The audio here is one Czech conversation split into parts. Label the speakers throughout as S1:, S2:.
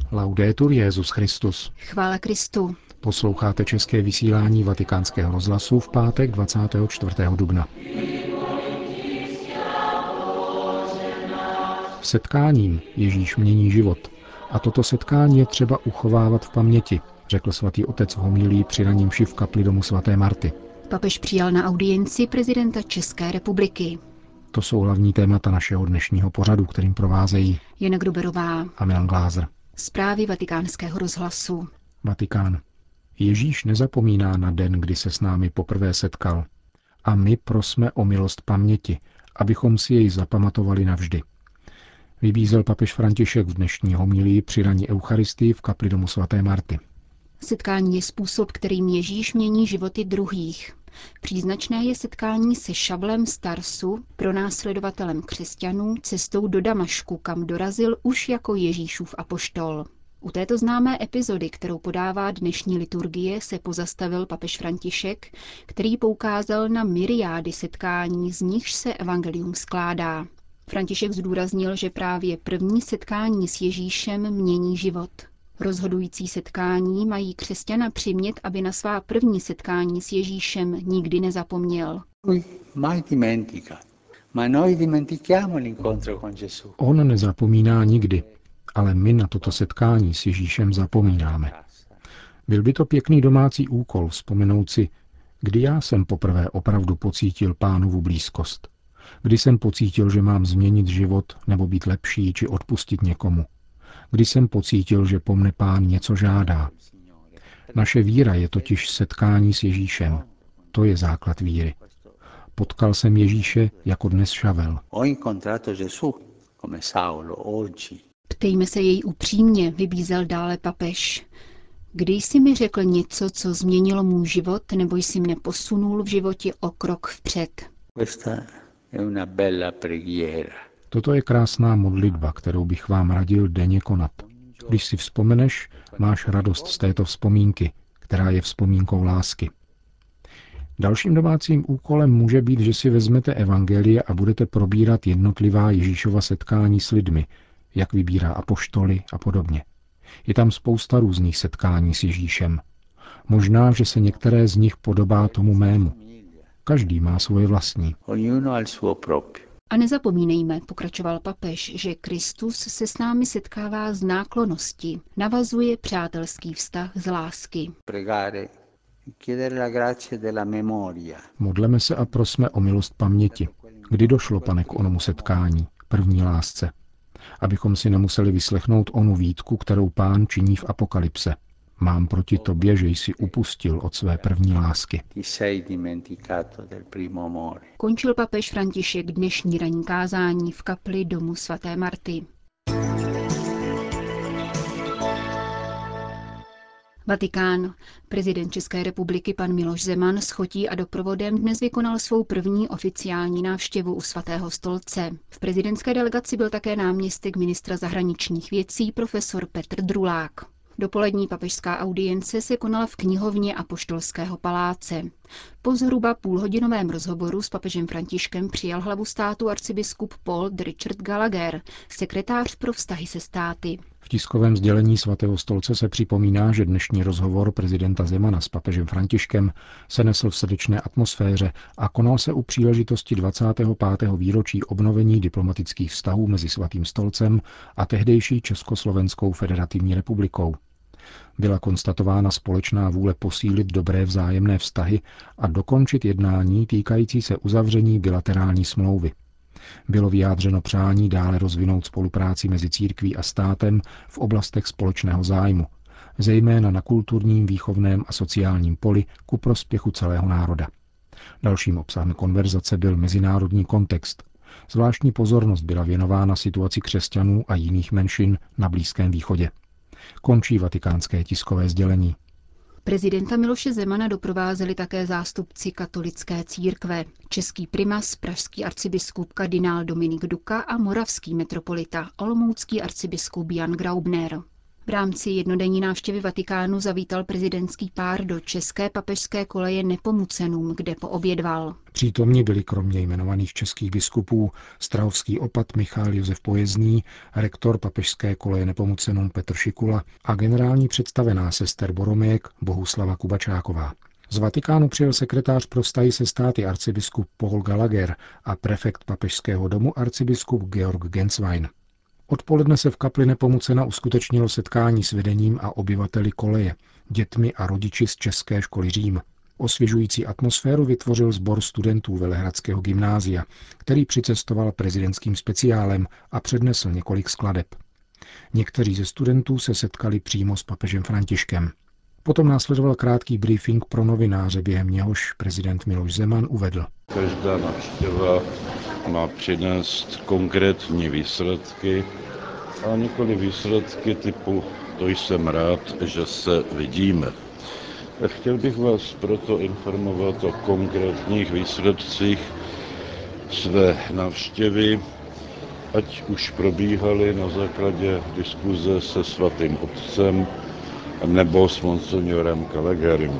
S1: Laudetur Jesus Christus.
S2: Chvála Kristu.
S1: Posloucháte české vysílání Vatikánského rozhlasu v pátek 24. dubna. Setkáním Ježíš mění život. A toto setkání je třeba uchovávat v paměti, řekl svatý otec v homilii při raní mši v kapli domu svaté Marty.
S2: Papež přijal na audienci prezidenta České republiky.
S1: To jsou hlavní témata našeho dnešního pořadu, kterým provázejí
S2: Jana Gruberová
S1: a Milan Glázer.
S2: Zprávy Vatikánského rozhlasu.
S1: Vatikán. Ježíš nezapomíná na den, kdy se s námi poprvé setkal. A my prosme o milost paměti, abychom si jej zapamatovali navždy. Vybízel papež František v dnešní homilii při raní eucharistii v kapli domu svaté Marty.
S2: Setkání je způsob, kterým Ježíš mění životy druhých. Příznačné je setkání se Šavlem z Tarsu, pronásledovatelem křesťanů, cestou do Damašku, kam dorazil už jako Ježíšův apoštol. U této známé epizody, kterou podává dnešní liturgie, se pozastavil papež František, který poukázal na myriády setkání, z nichž se evangelium skládá. František zdůraznil, že právě první setkání s Ježíšem mění život. Rozhodující setkání mají křesťana přimět, aby na svá první setkání s Ježíšem nikdy nezapomněl.
S1: On nezapomíná nikdy, ale my na toto setkání s Ježíšem zapomínáme. Byl by to pěkný domácí úkol vzpomenout si, kdy já jsem poprvé opravdu pocítil Pánovu blízkost. Kdy jsem pocítil, že mám změnit život nebo být lepší či odpustit někomu. Kdy jsem pocítil, že po mne Pán něco žádá. Naše víra je totiž setkání s Ježíšem. To je základ víry. Potkal jsem Ježíše jako dnes Šavel.
S2: Ptejme se jej upřímně, vybízel dále papež. Kdy jsi mi řekl něco, co změnilo můj život, nebo jsi mne posunul v životě o krok vpřed?
S1: Toto je krásná modlitba, kterou bych vám radil denně konat. Když si vzpomeneš, máš radost z této vzpomínky, která je vzpomínkou lásky. Dalším domácím úkolem může být, že si vezmete evangelie a budete probírat jednotlivá Ježíšova setkání s lidmi, jak vybírá apoštoly a podobně. Je tam spousta různých setkání s Ježíšem. Možná, že se některé z nich podobá tomu mému. Každý má svoje vlastní.
S2: A nezapomínejme, pokračoval papež, že Kristus se s námi setkává z náklonnosti, navazuje přátelský vztah z lásky.
S1: Modleme se a prosme o milost paměti. Kdy došlo, Pane, k onomu setkání, první lásce? Abychom si nemuseli vyslechnout onu výtku, kterou Pán činí v Apokalypse. Mám proti tobě, že jsi upustil od své první lásky.
S2: Končil papež František dnešní ranní kázání v kapli domu svaté Marty. Vatikán. Prezident České republiky pan Miloš Zeman s chotí a doprovodem dnes vykonal svou první oficiální návštěvu u svatého stolce. V prezidentské delegaci byl také náměstek ministra zahraničních věcí profesor Petr Drulák. Dopolední papežská audience se konala v knihovně Apoštolského paláce. Po zhruba půlhodinovém rozhovoru s papežem Františkem přijal hlavu státu arcibiskup Paul Richard Gallagher, sekretář pro vztahy se státy.
S1: V tiskovém sdělení svatého stolce se připomíná, že dnešní rozhovor prezidenta Zemana s papežem Františkem se nesl v srdečné atmosféře a konal se u příležitosti 25. výročí obnovení diplomatických vztahů mezi svatým stolcem a tehdejší Československou federativní republikou. Byla konstatována společná vůle posílit dobré vzájemné vztahy a dokončit jednání týkající se uzavření bilaterální smlouvy. Bylo vyjádřeno přání dále rozvinout spolupráci mezi církví a státem v oblastech společného zájmu, zejména na kulturním, výchovném a sociálním poli ku prospěchu celého národa. Dalším obsahem konverzace byl mezinárodní kontext. Zvláštní pozornost byla věnována situaci křesťanů a jiných menšin na Blízkém východě. Končí vatikánské tiskové sdělení.
S2: Prezidenta Miloše Zemana doprovázeli také zástupci katolické církve, český primas, pražský arcibiskup kardinál Dominik Duka a moravský metropolita, olomoucký arcibiskup Jan Graubner. V rámci jednodenní návštěvy Vatikánu zavítal prezidentský pár do české papežské koleje Nepomucenům, kde poobědval.
S1: Přítomní byli kromě jmenovaných českých biskupů strahovský opat Michal Josef Pojezný, rektor papežské koleje Nepomucenům Petr Šikula a generální představená sester Boromejek Bohuslava Kubačáková. Z Vatikánu přijel sekretář pro vztahy se státy arcibiskup Paul Gallagher a prefekt papežského domu arcibiskup Georg Genswein. Odpoledne se v kapli Nepomucena uskutečnilo setkání s vedením a obyvateli koleje, dětmi a rodiči z České školy Řím. Osvěžující atmosféru vytvořil sbor studentů Velehradského gymnázia, který přicestoval prezidentským speciálem a přednesl několik skladeb. Někteří ze studentů se setkali přímo s papežem Františkem. Potom následoval krátký briefing pro novináře, během něhož prezident Miloš Zeman uvedl.
S3: Každá návštěva má přinést konkrétní výsledky a nikoli výsledky typu to jsem rád, že se vidíme. Chtěl bych vás proto informovat o konkrétních výsledcích své návštěvy, ať už probíhaly na základě diskuze se svatým otcem nebo s monsignorem Gallagherem.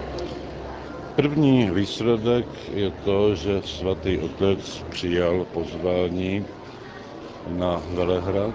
S3: První výsledek je to, že svatý otec přijal pozvání na Velehrad,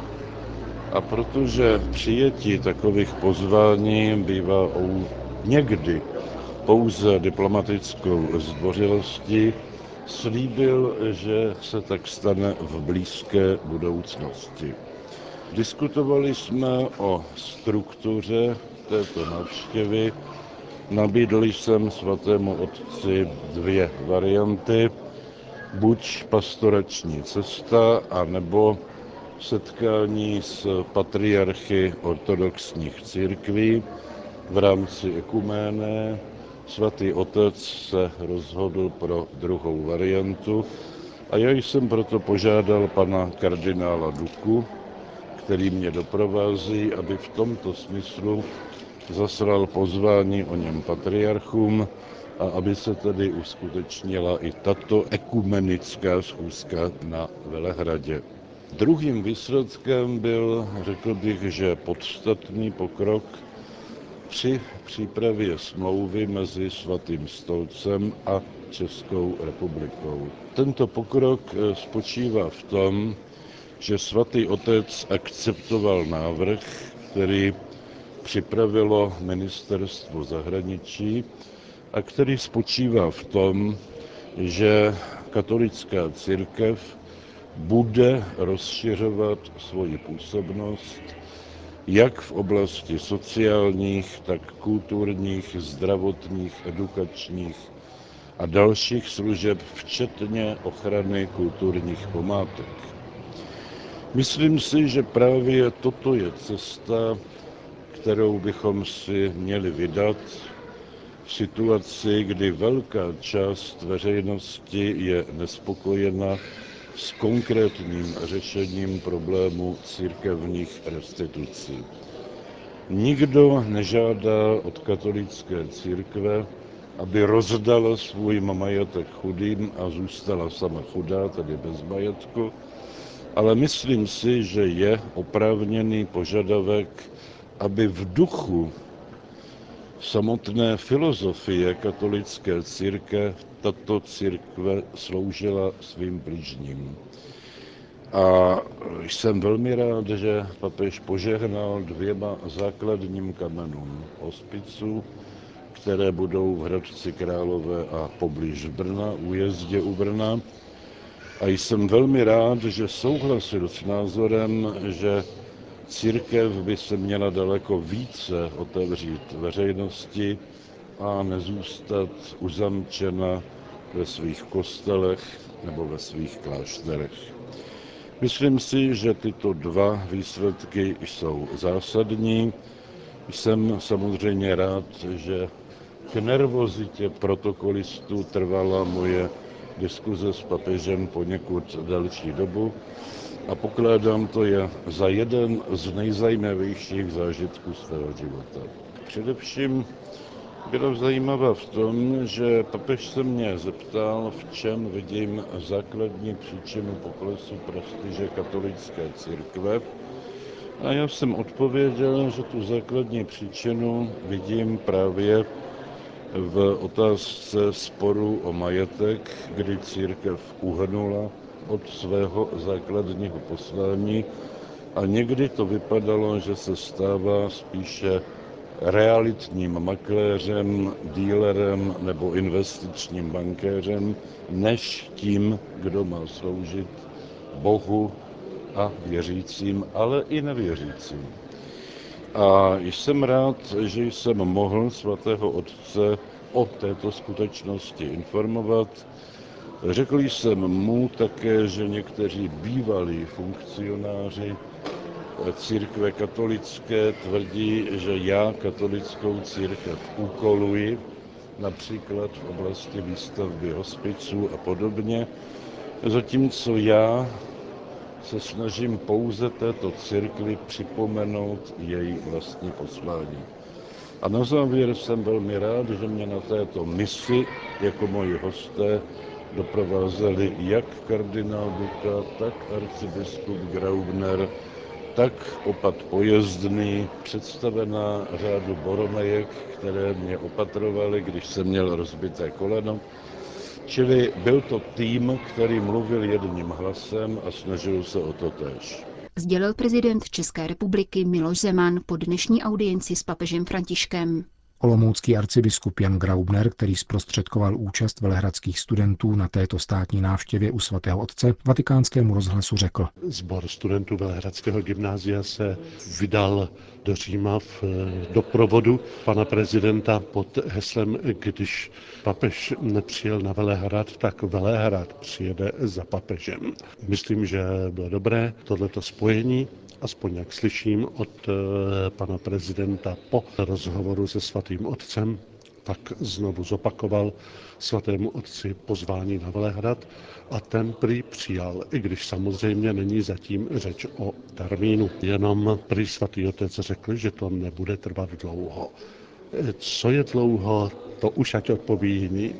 S3: a protože přijetí takových pozvání bývá někdy pouze diplomatickou zdvořilostí, slíbil, že se tak stane v blízké budoucnosti. Diskutovali jsme o struktuře této návštěvy. Nabídl jsem svatému otci 2 varianty, buď pastorační cesta, anebo setkání s patriarchy ortodoxních církví v rámci ekuméné. Svatý otec se rozhodl pro druhou variantu a já jsem proto požádal pana kardinála Duku, který mě doprovází, aby v tomto smyslu zaslal pozvání o něm patriarchům a aby se tedy uskutečnila i tato ekumenická schůzka na Velehradě. Druhým výsledkem byl, řekl bych, že podstatný pokrok při přípravě smlouvy mezi Svatým stolcem a Českou republikou. Tento pokrok spočívá v tom, že svatý otec akceptoval návrh, který připravilo ministerstvo zahraničí a který spočívá v tom, že katolická církev bude rozšiřovat svoji působnost jak v oblasti sociálních, tak kulturních, zdravotních, edukačních a dalších služeb, včetně ochrany kulturních památek. Myslím si, že právě toto je cesta, kterou bychom si měli vydat v situaci, kdy velká část veřejnosti je nespokojena s konkrétním řešením problému církevních restitucí. Nikdo nežádá od katolické církve, aby rozdala svůj majetek chudým a zůstala sama chudá, tedy bez majetku, ale myslím si, že je oprávněný požadavek, aby v duchu samotné filozofie katolické církve tato církve sloužila svým bližním. A jsem velmi rád, že papež požehnal 2 základním kamenům hospiců, které budou v Hradci Králové a poblíž Brna, újezdě u Brna. A jsem velmi rád, že souhlasil s názorem, že církev by se měla daleko více otevřít veřejnosti a nezůstat uzamčena ve svých kostelech nebo ve svých klášterech. Myslím si, že tyto 2 výsledky jsou zásadní. Jsem samozřejmě rád, že k nervozitě protokolistů trvala moje diskuze s papežem poněkud delší dobu a pokládám to za jeden z nejzajímavějších zážitků svého života. Především byla zajímavá v tom, že papež se mě zeptal, v čem vidím základní příčinu poklesu prestiže katolické církve. A já jsem odpověděl, že tu základní příčinu vidím právě v otázce sporu o majetek, kdy církev uhnula od svého základního poslání a někdy to vypadalo, že se stává spíše realitním makléřem, dílerem nebo investičním bankéřem, než tím, kdo má sloužit Bohu a věřícím, ale i nevěřícím. A jsem rád, že jsem mohl svatého otce o této skutečnosti informovat. Řekl jsem mu také, že někteří bývalí funkcionáři církve katolické tvrdí, že já katolickou církev úkoluji, například v oblasti výstavby hospiců a podobně, zatímco já se snažím pouze této církvi připomenout její vlastní poslání. A na závěr jsem velmi rád, že mě na této misi jako moji hosté doprovázeli jak kardinál Duka, tak arcibiskup Graubner, tak opat Pojezdný, představená řádu Boromejek, které mě opatrovali, když jsem měl rozbité koleno. Čili byl to tým, který mluvil jedním hlasem a snažil se o to též.
S2: Sdělil prezident České republiky Miloš Zeman po dnešní audienci s papežem Františkem.
S1: Olomoucký arcibiskup Jan Graubner, který zprostředkoval účast velehradských studentů na této státní návštěvě u svatého otce, Vatikánskému rozhlasu řekl:
S4: Sbor studentů Velehradského gymnázia se vydal do Říma v doprovodu pana prezidenta pod heslem "Když papež nepřijel na Velehrad, tak Velehrad přijede za papežem". Myslím, že bylo dobré tohleto spojení, aspoň jak slyším od pana prezidenta po rozhovoru se svatým otcem, tak znovu zopakoval svatému otci pozvání na Velehrad a ten prý přijal, i když samozřejmě není zatím řeč o termínu. Jenom prý svatý otec řekl, že to nebude trvat dlouho. Co je dlouho, to už ať odpoví jiný.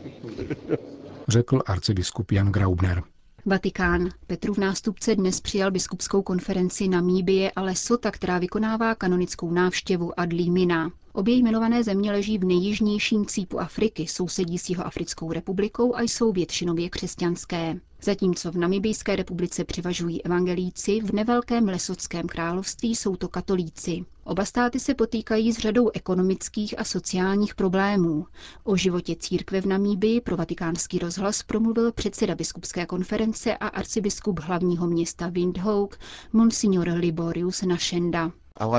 S1: Řekl arcibiskup Jan Graubner.
S2: Vatikán. Petrův nástupce dnes přijal biskupskou konferenci Namíbie a Lesota, která vykonává kanonickou návštěvu ad limina. Obě jmenované země leží v nejjižnějším cípu Afriky, sousedí s Jihoafrickou republikou a jsou většinově křesťanské. Zatímco v Namibijské republice převažují evangelíci, v nevelkém Lesotském království jsou to katolíci. Oba státy se potýkají s řadou ekonomických a sociálních problémů. O životě církve v Namíbii pro Vatikánský rozhlas promluvil předseda biskupské konference a arcibiskup hlavního města Windhoek, monsignor Liborius Našenda.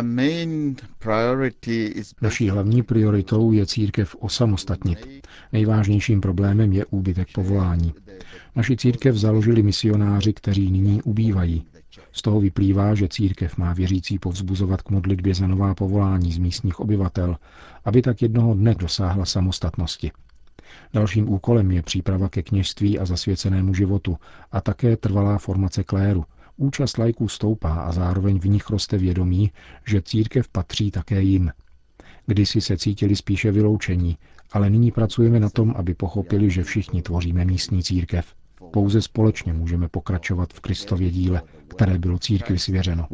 S1: Naší hlavní prioritou je církev osamostatnit. Nejvážnějším problémem je úbytek povolání. Naši církev založili misionáři, kteří nyní ubývají. Z toho vyplývá, že církev má věřící povzbuzovat k modlitbě za nová povolání z místních obyvatel, aby tak jednoho dne dosáhla samostatnosti. Dalším úkolem je příprava ke kněžství a zasvěcenému životu a také trvalá formace kléru. Účast laiků stoupá a zároveň v nich roste vědomí, že církev patří také jim. Kdysi se cítili spíše vyloučení, ale nyní pracujeme na tom, aby pochopili, že všichni tvoříme místní církev. Pouze společně můžeme pokračovat v Kristově díle, které bylo církvi svěřeno.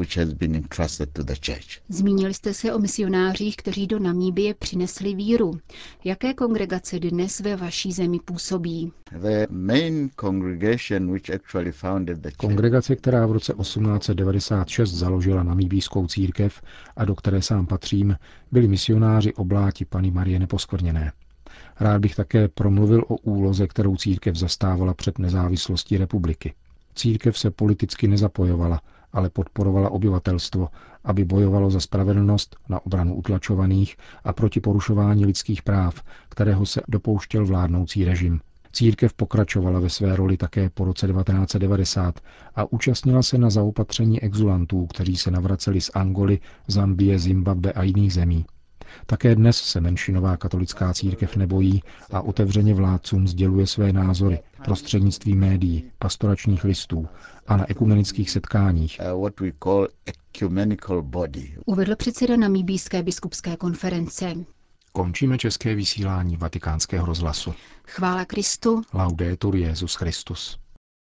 S2: Zmínili jste se o misionářích, kteří do Namíbie přinesli víru. Jaké kongregace dnes ve vaší zemi působí?
S1: Kongregace, která v roce 1896 založila namíbijskou církev a do které sám patřím, byli misionáři obláti Panny Marie Neposkvrněné. Rád bych také promluvil o úloze, kterou církev zastávala před nezávislostí republiky. Církev se politicky nezapojovala, ale podporovala obyvatelstvo, aby bojovalo za spravedlnost, na obranu utlačovaných a proti porušování lidských práv, kterého se dopouštěl vládnoucí režim. Církev pokračovala ve své roli také po roce 1990 a účastnila se na zaopatření exulantů, kteří se navraceli z Angoly, Zambie, Zimbabwe a jiných zemí. Také dnes se menšinová katolická církev nebojí a otevřeně vládcům sděluje své názory prostřednictvím médií, pastoračních listů a na ekumenických setkáních.
S2: Uvedl předseda Namíbijské biskupské konference.
S1: Končíme české vysílání Vatikánského rozhlasu.
S2: Chvála Kristu.
S1: Laudetur Jesus Christus.